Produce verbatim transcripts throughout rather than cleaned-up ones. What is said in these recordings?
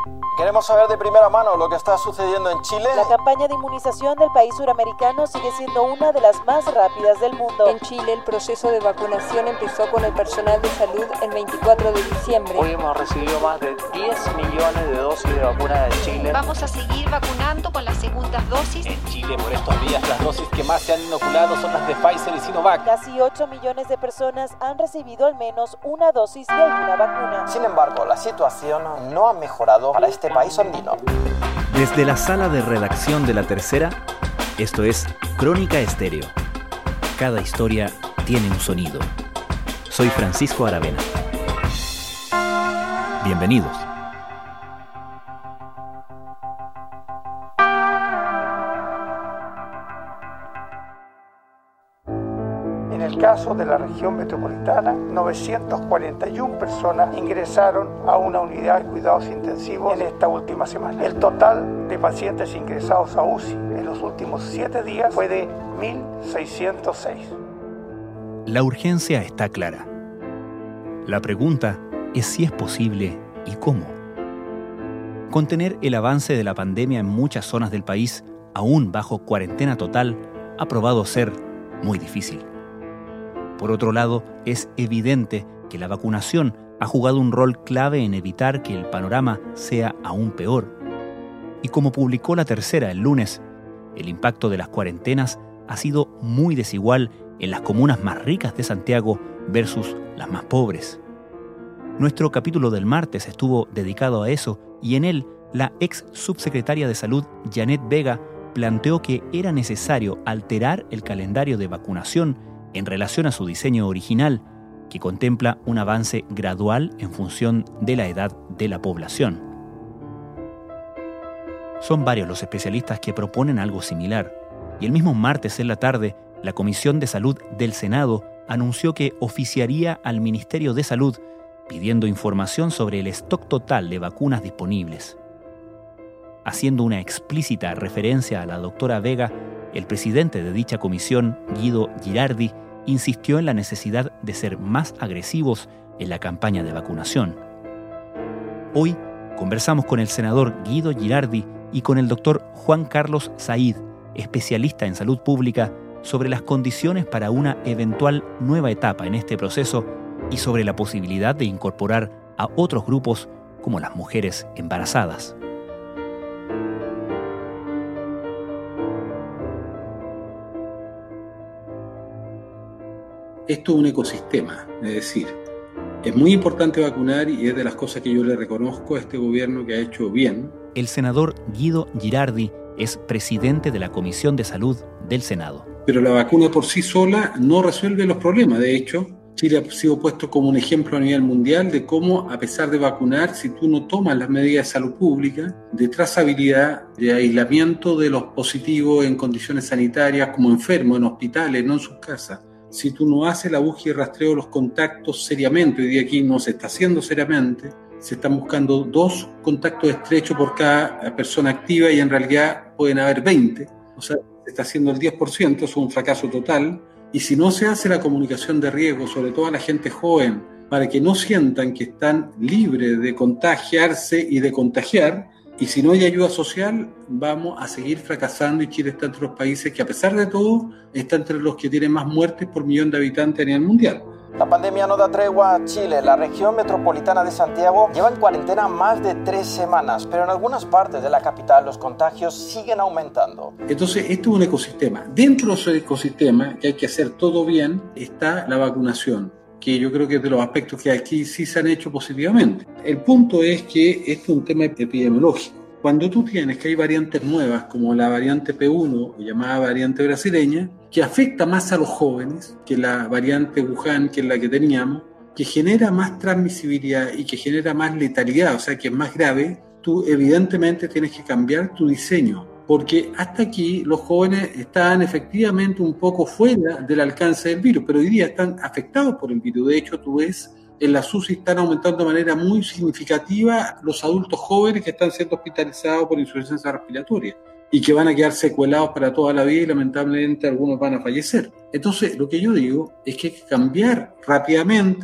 Queremos saber de primera mano lo que está sucediendo en Chile. La campaña de inmunización del país suramericano sigue siendo una de las más rápidas del mundo. En Chile, el proceso de vacunación empezó con el personal de salud el veinticuatro de diciembre. Hoy hemos recibido más de diez millones de dosis de vacuna en Chile. Vamos a seguir vacunando con las segundas dosis. En Chile, por estos días, las dosis que más se han inoculado son las de Pfizer y Sinovac. Casi ocho millones de personas han recibido al menos una dosis de alguna vacuna. Sin embargo, la situación no ha mejorado para este país andino. Desde la sala de redacción de La Tercera, esto es Crónica Estéreo. Cada historia tiene un sonido. Soy Francisco Aravena. Bienvenidos. En el caso de la región metropolitana, novecientas cuarenta y una personas ingresaron a una unidad de cuidados intensivos en esta última semana. El total de pacientes ingresados a U C I en los últimos siete días fue de mil seiscientos seis. La urgencia está clara. La pregunta es si es posible y cómo. Contener el avance de la pandemia en muchas zonas del país, aún bajo cuarentena total, ha probado ser muy difícil. Por otro lado, es evidente que la vacunación ha jugado un rol clave en evitar que el panorama sea aún peor. Y como publicó La Tercera el lunes, el impacto de las cuarentenas ha sido muy desigual en las comunas más ricas de Santiago versus las más pobres. Nuestro capítulo del martes estuvo dedicado a eso y en él la ex subsecretaria de Salud, Janet Vega, planteó que era necesario alterar el calendario de vacunación en relación a su diseño original, que contempla un avance gradual en función de la edad de la población. Son varios los especialistas que proponen algo similar, y el mismo martes en la tarde, la Comisión de Salud del Senado anunció que oficiaría al Ministerio de Salud pidiendo información sobre el stock total de vacunas disponibles. Haciendo una explícita referencia a la doctora Vega, el presidente de dicha comisión, Guido Girardi, insistió en la necesidad de ser más agresivos en la campaña de vacunación. Hoy conversamos con el senador Guido Girardi y con el doctor Juan Carlos Said, especialista en salud pública, sobre las condiciones para una eventual nueva etapa en este proceso y sobre la posibilidad de incorporar a otros grupos como las mujeres embarazadas. Esto es un ecosistema, es decir, es muy importante vacunar y es de las cosas que yo le reconozco a este gobierno que ha hecho bien. El senador Guido Girardi es presidente de la Comisión de Salud del Senado. Pero la vacuna por sí sola no resuelve los problemas. De hecho, Chile ha sido puesto como un ejemplo a nivel mundial de cómo, a pesar de vacunar, si tú no tomas las medidas de salud pública, de trazabilidad, de aislamiento de los positivos en condiciones sanitarias como enfermos en hospitales, no en sus casas, si tú no haces la búsqueda y rastreo de los contactos seriamente, hoy día aquí no se está haciendo seriamente, se están buscando dos contactos estrechos por cada persona activa y en realidad pueden haber veinte, o sea, se está haciendo el diez por ciento, es un fracaso total, y si no se hace la comunicación de riesgo, sobre todo a la gente joven, para que no sientan que están libres de contagiarse y de contagiar, y si no hay ayuda social, vamos a seguir fracasando y Chile está entre los países que a pesar de todo, está entre los que tienen más muertes por millón de habitantes a nivel mundial. La pandemia no da tregua a Chile. La región metropolitana de Santiago lleva en cuarentena más de tres semanas, pero en algunas partes de la capital los contagios siguen aumentando. Entonces, esto es un ecosistema. Dentro de ese ecosistema, que hay que hacer todo bien, está la vacunación, que yo creo que es de los aspectos que aquí sí se han hecho positivamente. El punto es que esto es un tema epidemiológico. Cuando tú tienes que hay variantes nuevas, como la variante P uno, o llamada variante brasileña, que afecta más a los jóvenes que la variante Wuhan, que es la que teníamos, que genera más transmisibilidad y que genera más letalidad, o sea, que es más grave, tú evidentemente tienes que cambiar tu diseño. Porque hasta aquí los jóvenes estaban efectivamente un poco fuera del alcance del virus, pero hoy día están afectados por el virus. De hecho, tú ves, en la U C I están aumentando de manera muy significativa los adultos jóvenes que están siendo hospitalizados por insuficiencia respiratoria y que van a quedar secuelados para toda la vida y lamentablemente algunos van a fallecer. Entonces, lo que yo digo es que hay que cambiar rápidamente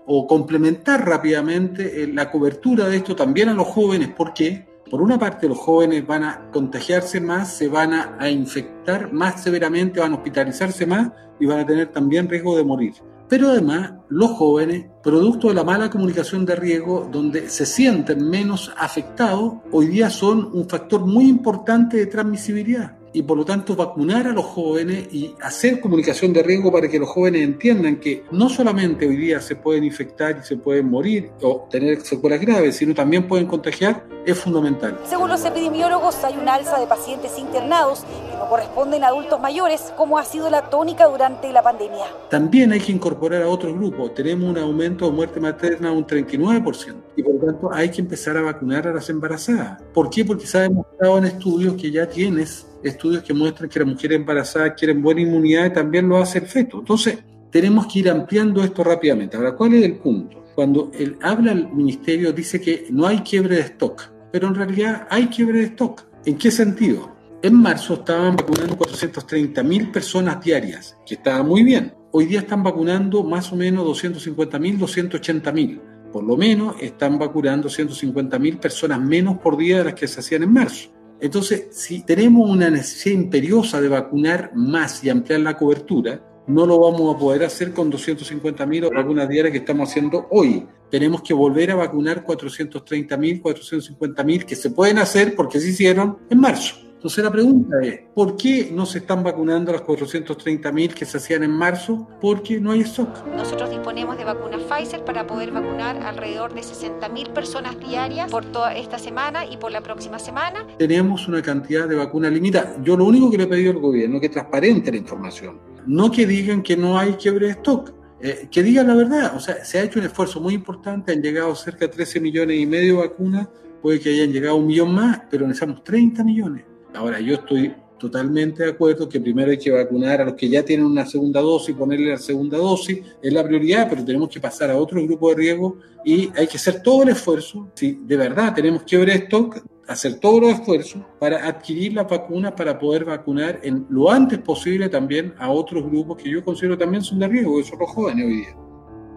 o complementar rápidamente la cobertura de esto también a los jóvenes. ¿Por qué? Por una parte, los jóvenes van a contagiarse más, se van a, a infectar más severamente, van a hospitalizarse más y van a tener también riesgo de morir. Pero además, los jóvenes, producto de la mala comunicación de riesgo, donde se sienten menos afectados, hoy día son un factor muy importante de transmisibilidad. Y por lo tanto vacunar a los jóvenes y hacer comunicación de riesgo para que los jóvenes entiendan que no solamente hoy día se pueden infectar y se pueden morir o tener secuelas graves, sino también pueden contagiar, es fundamental. Según los epidemiólogos, hay un alza de pacientes internados que no corresponden a adultos mayores, como ha sido la tónica durante la pandemia. También hay que incorporar a otros grupos. Tenemos un aumento de muerte materna de un treinta y nueve por ciento y por lo tanto hay que empezar a vacunar a las embarazadas. ¿Por qué? Porque se ha demostrado en estudios que ya tienes estudios que muestran que las mujeres embarazadas quieren buena inmunidad y también lo hace el feto. Entonces, tenemos que ir ampliando esto rápidamente. Ahora, ¿cuál es el punto? Cuando él habla el ministerio, dice que no hay quiebre de stock, pero en realidad hay quiebre de stock. ¿En qué sentido? En marzo estaban vacunando cuatrocientas treinta mil personas diarias, que estaba muy bien. Hoy día están vacunando más o menos doscientos cincuenta mil, doscientos ochenta mil. Por lo menos están vacunando ciento cincuenta mil personas menos por día de las que se hacían en marzo. Entonces, si tenemos una necesidad imperiosa de vacunar más y ampliar la cobertura, no lo vamos a poder hacer con doscientos cincuenta mil vacunas diarias que estamos haciendo hoy. Tenemos que volver a vacunar cuatrocientos treinta mil, cuatrocientos cincuenta mil que se pueden hacer porque se hicieron en marzo. Entonces la pregunta es, ¿por qué no se están vacunando las cuatrocientos treinta mil que se hacían en marzo? Porque no hay stock. Nosotros disponemos de vacunas Pfizer para poder vacunar alrededor de sesenta mil personas diarias por toda esta semana y por la próxima semana. Tenemos una cantidad de vacunas limitada. Yo lo único que le he pedido al gobierno es que transparente la información. No que digan que no hay quiebre de stock. Eh, que digan la verdad. O sea, se ha hecho un esfuerzo muy importante, han llegado cerca de trece millones y medio de vacunas, puede que hayan llegado un millón más, pero necesitamos treinta millones. Ahora, yo estoy totalmente de acuerdo que primero hay que vacunar a los que ya tienen una segunda dosis, ponerle la segunda dosis, es la prioridad, pero tenemos que pasar a otro grupo de riesgo y hay que hacer todo el esfuerzo, si de verdad tenemos que ver esto, hacer todos los esfuerzos para adquirir la vacuna para poder vacunar en lo antes posible también a otros grupos que yo considero también son de riesgo, que son los jóvenes hoy día.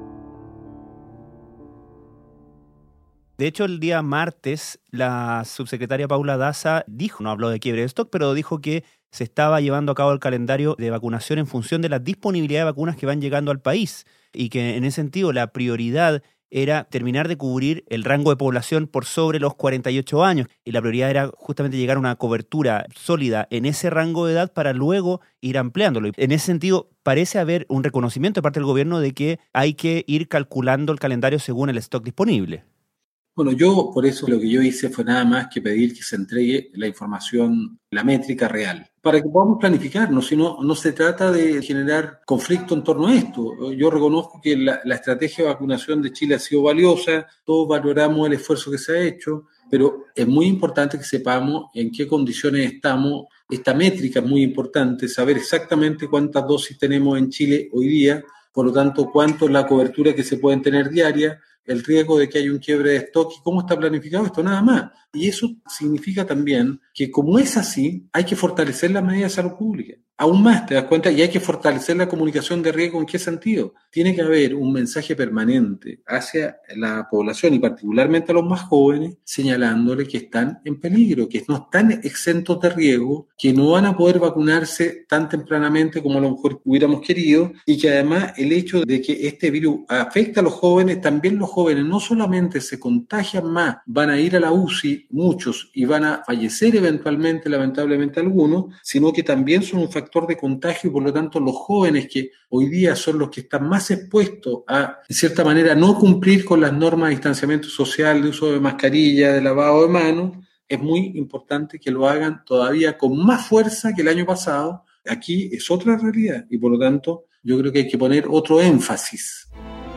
De hecho, el día martes, la subsecretaria Paula Daza dijo, no habló de quiebre de stock, pero dijo que se estaba llevando a cabo el calendario de vacunación en función de la disponibilidad de vacunas que van llegando al país y que en ese sentido la prioridad era terminar de cubrir el rango de población por sobre los cuarenta y ocho años y la prioridad era justamente llegar a una cobertura sólida en ese rango de edad para luego ir ampliándolo. En ese sentido, parece haber un reconocimiento de parte del gobierno de que hay que ir calculando el calendario según el stock disponible. Bueno, yo por eso lo que yo hice fue nada más que pedir que se entregue la información, la métrica real, para que podamos planificarnos, si no, no se trata de generar conflicto en torno a esto. Yo reconozco que la, la estrategia de vacunación de Chile ha sido valiosa, todos valoramos el esfuerzo que se ha hecho, pero es muy importante que sepamos en qué condiciones estamos. Esta métrica es muy importante, saber exactamente cuántas dosis tenemos en Chile hoy día, por lo tanto, cuánto es la cobertura que se pueden tener diaria, el riesgo de que haya un quiebre de stock y cómo está planificado esto, nada más. Y eso significa también que como es así, hay que fortalecer las medidas de salud pública. Aún más, ¿te das cuenta? Y hay que fortalecer la comunicación de riesgo. ¿En qué sentido? Tiene que haber un mensaje permanente hacia la población y particularmente a los más jóvenes, señalándole que están en peligro, que no están exentos de riesgo, que no van a poder vacunarse tan tempranamente como a lo mejor hubiéramos querido y que además el hecho de que este virus afecta a los jóvenes, también los jóvenes no solamente se contagian más, van a ir a la U C I muchos y van a fallecer eventualmente, lamentablemente algunos, sino que también son un factor de contagio y por lo tanto los jóvenes que hoy día son los que están más expuestos a, en cierta manera, no cumplir con las normas de distanciamiento social, de uso de mascarilla, de lavado de manos, es muy importante que lo hagan todavía con más fuerza que el año pasado. Aquí es otra realidad y por lo tanto yo creo que hay que poner otro énfasis.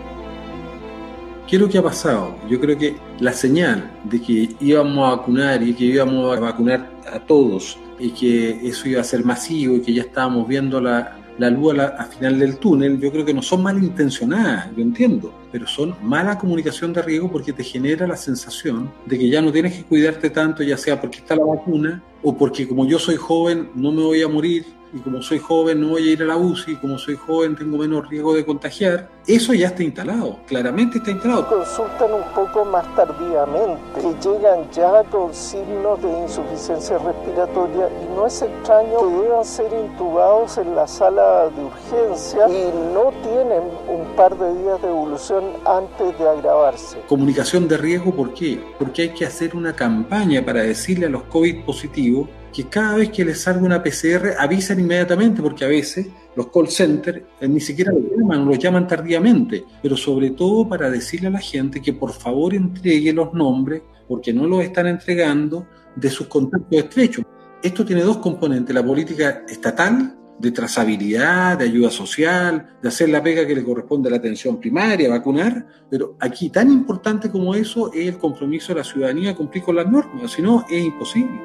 ¿Qué es lo que ha pasado? Yo creo que la señal de que íbamos a vacunar y que íbamos a vacunar a todos y que eso iba a ser masivo y que ya estábamos viendo la, la luz a la, al final del túnel, yo creo que no son malintencionadas, yo entiendo. pero son mala comunicación de riesgo porque te genera la sensación de que ya no tienes que cuidarte tanto, ya sea porque está la vacuna o porque como yo soy joven no me voy a morir, y como soy joven no voy a ir a la U C I, y como soy joven tengo menos riesgo de contagiar. Eso ya está instalado, claramente está instalado. Consultan un poco más tardíamente, que llegan ya con signos de insuficiencia respiratoria y no es extraño que deban ser intubados en la sala de urgencia y no tienen un par de días de evolución antes de agravarse. Comunicación de riesgo, ¿por qué? Porque hay que hacer una campaña para decirle a los COVID positivos que cada vez que les salga una P C R avisen inmediatamente, porque a veces los call centers eh, ni siquiera los llaman, los llaman tardíamente, pero sobre todo para decirle a la gente que por favor entregue los nombres, porque no los están entregando, de sus contactos estrechos. Esto tiene dos componentes: la política estatal de trazabilidad, de ayuda social, de hacer la pega que le corresponde a la atención primaria, vacunar, pero aquí tan importante como eso es el compromiso de la ciudadanía a cumplir con las normas, si no es imposible.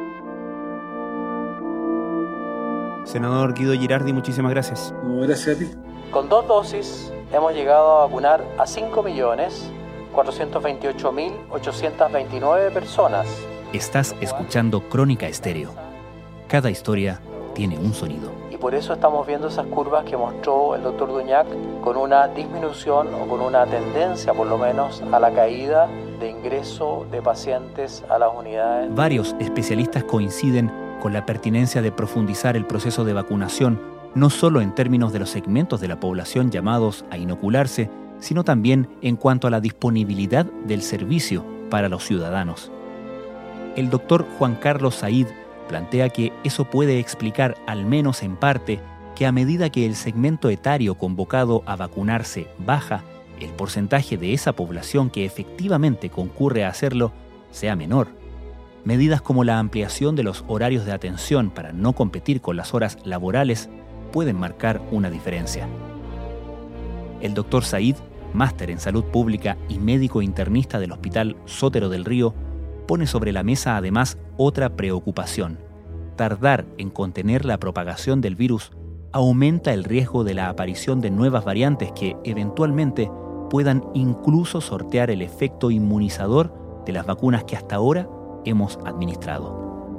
Senador Guido Girardi, muchísimas gracias. No, gracias a ti. Con dos dosis hemos llegado a vacunar a cinco millones cuatrocientos veintiocho mil ochocientos veintinueve personas. Estás escuchando Crónica Estéreo. Cada historia tiene un sonido. Y por eso estamos viendo esas curvas que mostró el doctor Duñac, con una disminución o con una tendencia por lo menos a la caída de ingreso de pacientes a las unidades. Varios especialistas coinciden con la pertinencia de profundizar el proceso de vacunación, no solo en términos de los segmentos de la población llamados a inocularse, sino también en cuanto a la disponibilidad del servicio para los ciudadanos. El doctor Juan Carlos Said plantea que eso puede explicar, al menos en parte, que a medida que el segmento etario convocado a vacunarse baja, el porcentaje de esa población que efectivamente concurre a hacerlo sea menor. Medidas como la ampliación de los horarios de atención para no competir con las horas laborales pueden marcar una diferencia. El doctor Said, máster en salud pública y médico internista del Hospital Sotero del Río, pone sobre la mesa además otra preocupación. Tardar en contener la propagación del virus aumenta el riesgo de la aparición de nuevas variantes que, eventualmente, puedan incluso sortear el efecto inmunizador de las vacunas que hasta ahora hemos administrado.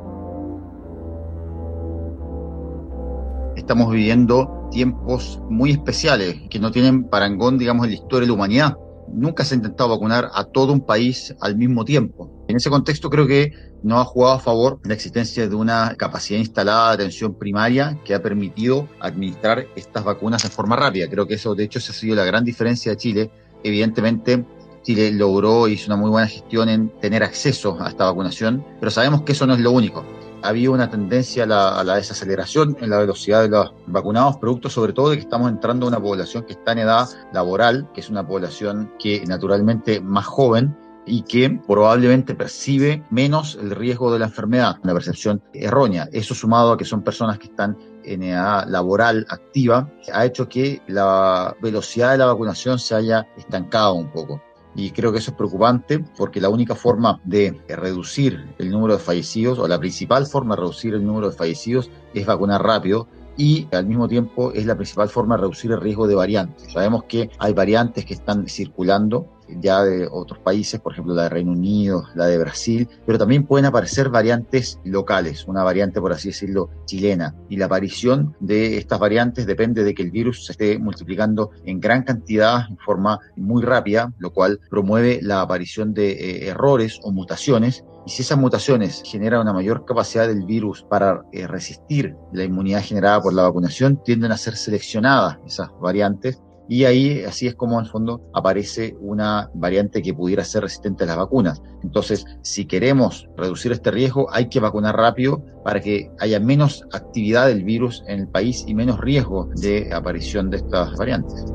Estamos viviendo tiempos muy especiales que no tienen parangón, digamos, en la historia de la humanidad. Nunca se ha intentado vacunar a todo un país al mismo tiempo. En ese contexto creo que nos ha jugado a favor la existencia de una capacidad instalada de atención primaria que ha permitido administrar estas vacunas en forma rápida. Creo que eso, de hecho, esa ha sido la gran diferencia de Chile. Evidentemente, Chile logró, hizo una muy buena gestión en tener acceso a esta vacunación, pero sabemos que eso no es lo único. Ha habido una tendencia a la, a la desaceleración en la velocidad de los vacunados, producto sobre todo de que estamos entrando a una población que está en edad laboral, que es una población que naturalmente más joven y que probablemente percibe menos el riesgo de la enfermedad, una percepción errónea. Eso, sumado a que son personas que están en edad laboral activa, ha hecho que la velocidad de la vacunación se haya estancado un poco. Y creo que eso es preocupante porque la única forma de reducir el número de fallecidos, o la principal forma de reducir el número de fallecidos, es vacunar rápido, y al mismo tiempo es la principal forma de reducir el riesgo de variantes. Sabemos que hay variantes que están circulando ya de otros países, por ejemplo la de Reino Unido, la de Brasil, pero también pueden aparecer variantes locales, una variante, por así decirlo, chilena, y la aparición de estas variantes depende de que el virus se esté multiplicando en gran cantidad, en forma muy rápida, lo cual promueve la aparición de eh, errores o mutaciones. Y si esas mutaciones generan una mayor capacidad del virus para eh, resistir la inmunidad generada por la vacunación, tienden a ser seleccionadas esas variantes, y ahí así es como en el fondo aparece una variante que pudiera ser resistente a las vacunas. Entonces, si queremos reducir este riesgo, hay que vacunar rápido para que haya menos actividad del virus en el país y menos riesgo de aparición de estas variantes.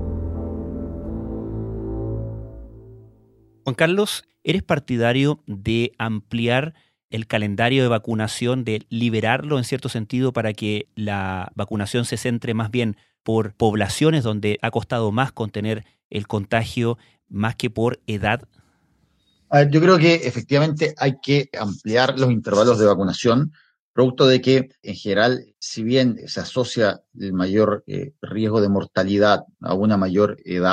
Juan Carlos, ¿eres partidario de ampliar el calendario de vacunación, de liberarlo en cierto sentido para que la vacunación se centre más bien por poblaciones donde ha costado más contener el contagio, más que por edad? A ver, yo creo que efectivamente hay que ampliar los intervalos de vacunación, producto de que, en general, si bien se asocia el mayor eh, riesgo de mortalidad a una mayor edad,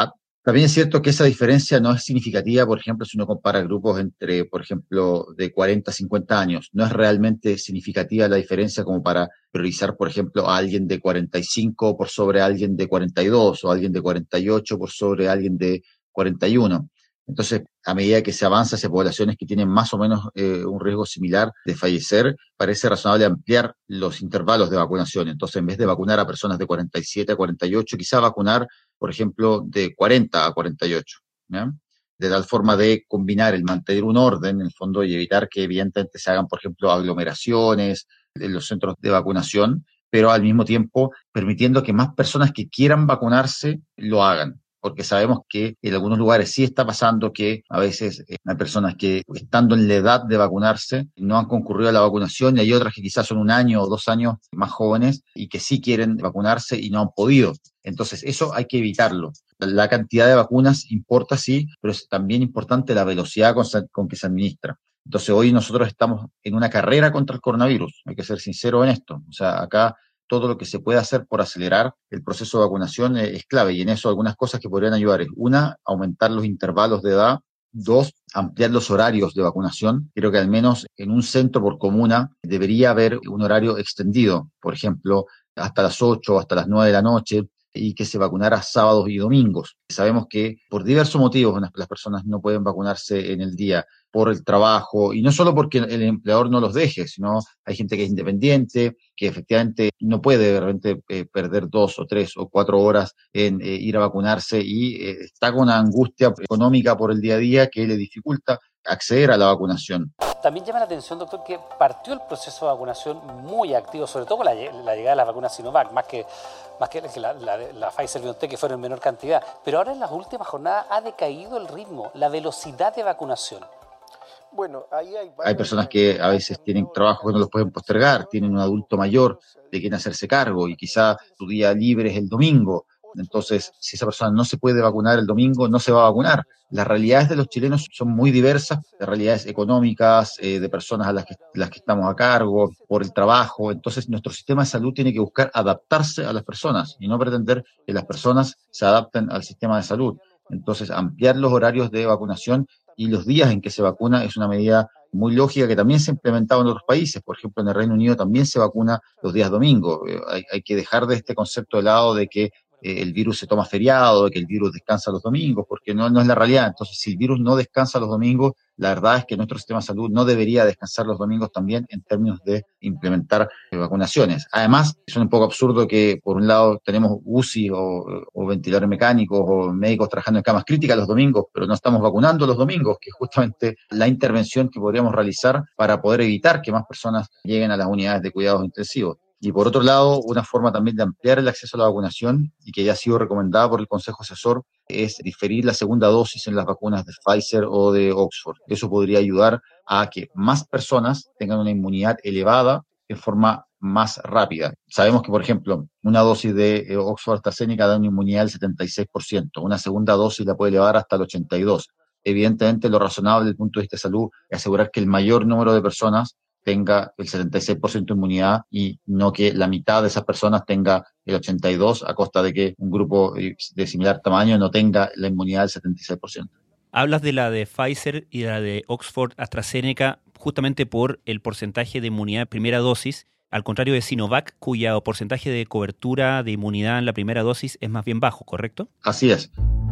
También es cierto que esa diferencia no es significativa, por ejemplo, si uno compara grupos entre, por ejemplo, de cuarenta a cincuenta años. No es realmente significativa la diferencia como para priorizar, por ejemplo, a alguien de cuarenta y cinco por sobre alguien de cuarenta y dos o a alguien de cuarenta y ocho por sobre alguien de cuarenta y uno. Entonces, a medida que se avanza hacia poblaciones que tienen más o menos eh, un riesgo similar de fallecer, parece razonable ampliar los intervalos de vacunación. Entonces, en vez de vacunar a personas de cuarenta y siete a cuarenta y ocho, quizá vacunar, por ejemplo, de cuarenta a cuarenta y ocho, ¿ya? De tal forma de combinar el mantener un orden, en el fondo, y evitar que evidentemente se hagan, por ejemplo, aglomeraciones en los centros de vacunación, pero al mismo tiempo permitiendo que más personas que quieran vacunarse lo hagan. Porque sabemos que en algunos lugares sí está pasando que a veces hay personas que, estando en la edad de vacunarse, no han concurrido a la vacunación, y hay otras que quizás son un año o dos años más jóvenes y que sí quieren vacunarse y no han podido. Entonces, eso hay que evitarlo. La cantidad de vacunas importa, sí, pero es también importante la velocidad con, con que se administra. Entonces, hoy nosotros estamos en una carrera contra el coronavirus, hay que ser sinceros en esto. O sea, acá todo lo que se puede hacer por acelerar el proceso de vacunación es clave, y en eso algunas cosas que podrían ayudar es, una, aumentar los intervalos de edad; dos, ampliar los horarios de vacunación. Creo que al menos en un centro por comuna debería haber un horario extendido, por ejemplo, hasta las ocho o hasta las nueve de la noche, y que se vacunara sábados y domingos. Sabemos que por diversos motivos las personas no pueden vacunarse en el día, por el trabajo, y no solo porque el empleador no los deje, sino hay gente que es independiente, que efectivamente no puede de repente eh, perder dos o tres o cuatro horas en eh, ir a vacunarse, y eh, está con una angustia económica por el día a día que le dificulta acceder a la vacunación. También llama la atención, doctor, que partió el proceso de vacunación muy activo, sobre todo con la, la llegada de las vacunas Sinovac, más que, más que la, la, la Pfizer-BioNTech, que fueron en menor cantidad. Pero ahora en las últimas jornadas ha decaído el ritmo, la velocidad de vacunación. Bueno, ahí hay, hay personas que a veces tienen trabajos que no los pueden postergar, tienen un adulto mayor de quien hacerse cargo, y quizá su día libre es el domingo. Entonces, si esa persona no se puede vacunar el domingo, no se va a vacunar. Las realidades de los chilenos son muy diversas, de realidades económicas, eh, de personas a las que, las que estamos a cargo, por el trabajo. Entonces, nuestro sistema de salud tiene que buscar adaptarse a las personas y no pretender que las personas se adapten al sistema de salud. Entonces, ampliar los horarios de vacunación y los días en que se vacuna es una medida muy lógica que también se ha implementado en otros países. Por ejemplo, en el Reino Unido también se vacuna los días domingos. Eh, hay, hay que dejar de este concepto de lado de que eh, el virus se toma feriado, de que el virus descansa los domingos, porque no, no es la realidad. Entonces, si el virus no descansa los domingos, la verdad es que nuestro sistema de salud no debería descansar los domingos también en términos de implementar eh, vacunaciones. Además, es un poco absurdo que, por un lado, tenemos U C I o, o ventiladores mecánicos o médicos trabajando en camas críticas los domingos, pero no estamos vacunando los domingos, que es justamente la intervención que podríamos realizar para poder evitar que más personas lleguen a las unidades de cuidados intensivos. Y por otro lado, una forma también de ampliar el acceso a la vacunación, y que ya ha sido recomendada por el Consejo Asesor, es diferir la segunda dosis en las vacunas de Pfizer o de Oxford. Eso podría ayudar a que más personas tengan una inmunidad elevada de forma más rápida. Sabemos que, por ejemplo, una dosis de Oxford-AstraZeneca da una inmunidad del setenta y seis por ciento, una segunda dosis la puede elevar hasta el ochenta y dos por ciento. Evidentemente, lo razonable desde el punto de vista de salud es asegurar que el mayor número de personas tenga el setenta y seis por ciento de inmunidad, y no que la mitad de esas personas tenga el ochenta y dos por ciento a costa de que un grupo de similar tamaño no tenga la inmunidad del setenta y seis por ciento. Hablas de la de Pfizer y de la de Oxford AstraZeneca justamente por el porcentaje de inmunidad de primera dosis, al contrario de Sinovac, cuyo porcentaje de cobertura de inmunidad en la primera dosis es más bien bajo, ¿correcto? Así es.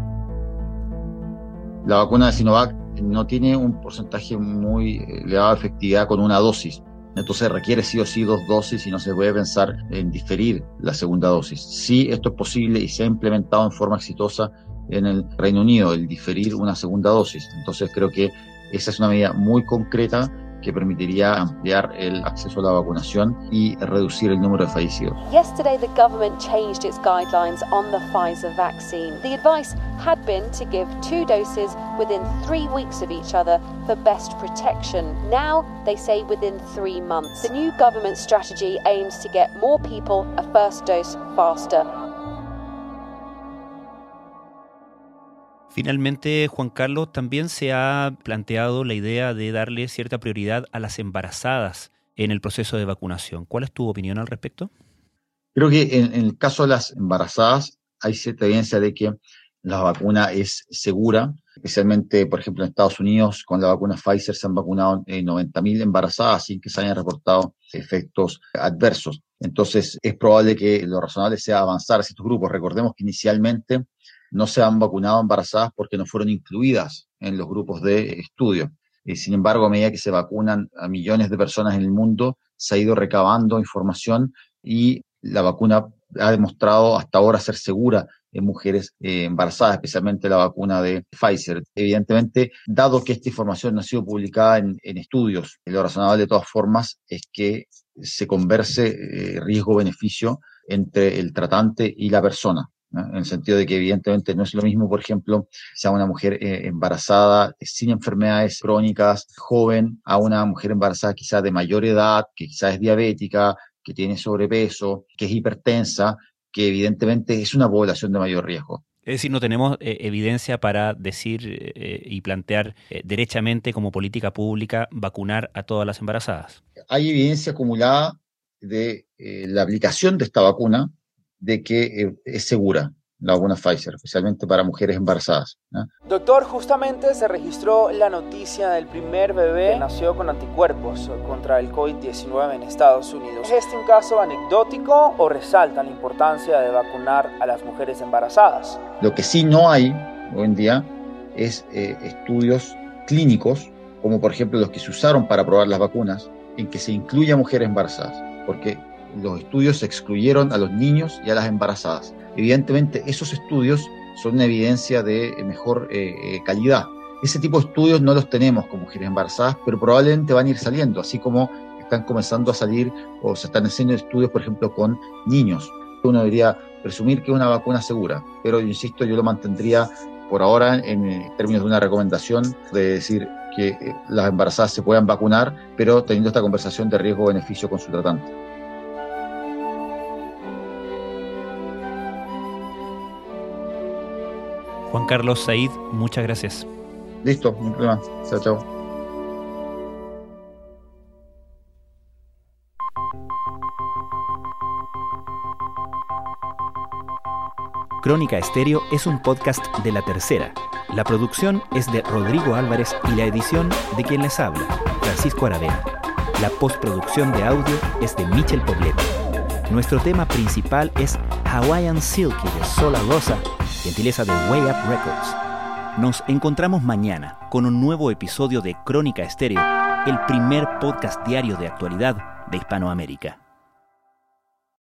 La vacuna de Sinovac no tiene un porcentaje muy elevado de efectividad con una dosis. Entonces requiere sí o sí dos dosis, y no se puede pensar en diferir la segunda dosis. Sí, esto es posible y se ha implementado en forma exitosa en el Reino Unido, el diferir una segunda dosis. Entonces creo que esa es una medida muy concreta que permitiría ampliar el acceso a la vacunación y reducir el número de fallecidos. Yesterday, the government changed its guidelines on the Pfizer vaccine. The advice had been to give two doses within three weeks of each other for best protection. Now, they say within three months. The new government strategy aims to get more people a first dose faster. Finalmente, Juan Carlos, también se ha planteado la idea de darle cierta prioridad a las embarazadas en el proceso de vacunación. ¿Cuál es tu opinión al respecto? Creo que en, en el caso de las embarazadas hay cierta evidencia de que la vacuna es segura, especialmente, por ejemplo, en Estados Unidos, con la vacuna Pfizer se han vacunado eh, noventa mil embarazadas sin que se hayan reportado efectos adversos. Entonces, es probable que lo razonable sea avanzar hacia estos grupos. Recordemos que inicialmente no se han vacunado embarazadas porque no fueron incluidas en los grupos de estudio. Eh, sin embargo, a medida que se vacunan a millones de personas en el mundo, se ha ido recabando información y la vacuna ha demostrado hasta ahora ser segura en mujeres eh, embarazadas, especialmente la vacuna de Pfizer. Evidentemente, dado que esta información no ha sido publicada en, en estudios, lo razonable de todas formas es que se converse eh, riesgo-beneficio entre el tratante y la persona, ¿no? En el sentido de que evidentemente no es lo mismo, por ejemplo, sea una mujer eh, embarazada sin enfermedades crónicas, joven, a una mujer embarazada quizás de mayor edad, que quizás es diabética, que tiene sobrepeso, que es hipertensa, que evidentemente es una población de mayor riesgo. Es decir, no tenemos eh, evidencia para decir eh, y plantear eh, derechamente como política pública vacunar a todas las embarazadas. Hay evidencia acumulada de eh, la aplicación de esta vacuna, de que eh, es segura, la vacuna Pfizer, especialmente para mujeres embarazadas, ¿no? Doctor, justamente se registró la noticia del primer bebé que nació con anticuerpos contra el COVID diecinueve en Estados Unidos. ¿Es este un caso anecdótico o resalta la importancia de vacunar a las mujeres embarazadas? Lo que sí no hay hoy en día es eh, estudios clínicos, como por ejemplo los que se usaron para probar las vacunas, en que se incluya a mujeres embarazadas, porque los estudios excluyeron a los niños y a las embarazadas. Evidentemente, esos estudios son una evidencia de mejor eh, calidad. Ese tipo de estudios no los tenemos con mujeres embarazadas, pero probablemente van a ir saliendo, así como están comenzando a salir o se están haciendo estudios, por ejemplo, con niños. Uno debería presumir que es una vacuna segura, pero yo insisto, yo lo mantendría por ahora en términos de una recomendación de decir que las embarazadas se puedan vacunar, pero teniendo esta conversación de riesgo-beneficio con su tratante. Juan Carlos Said, muchas gracias. Listo, no hay problema. Chao, chao. Crónica Estéreo es un podcast de La Tercera. La producción es de Rodrigo Álvarez y la edición de quien les habla, Francisco Aravena. La postproducción de audio es de Michel Poblete. Nuestro tema principal es Hawaiian Silky de Sola Rosa, gentileza de Way Up Records. Nos encontramos mañana con un nuevo episodio de Crónica Estéreo, el primer podcast diario de actualidad de Hispanoamérica.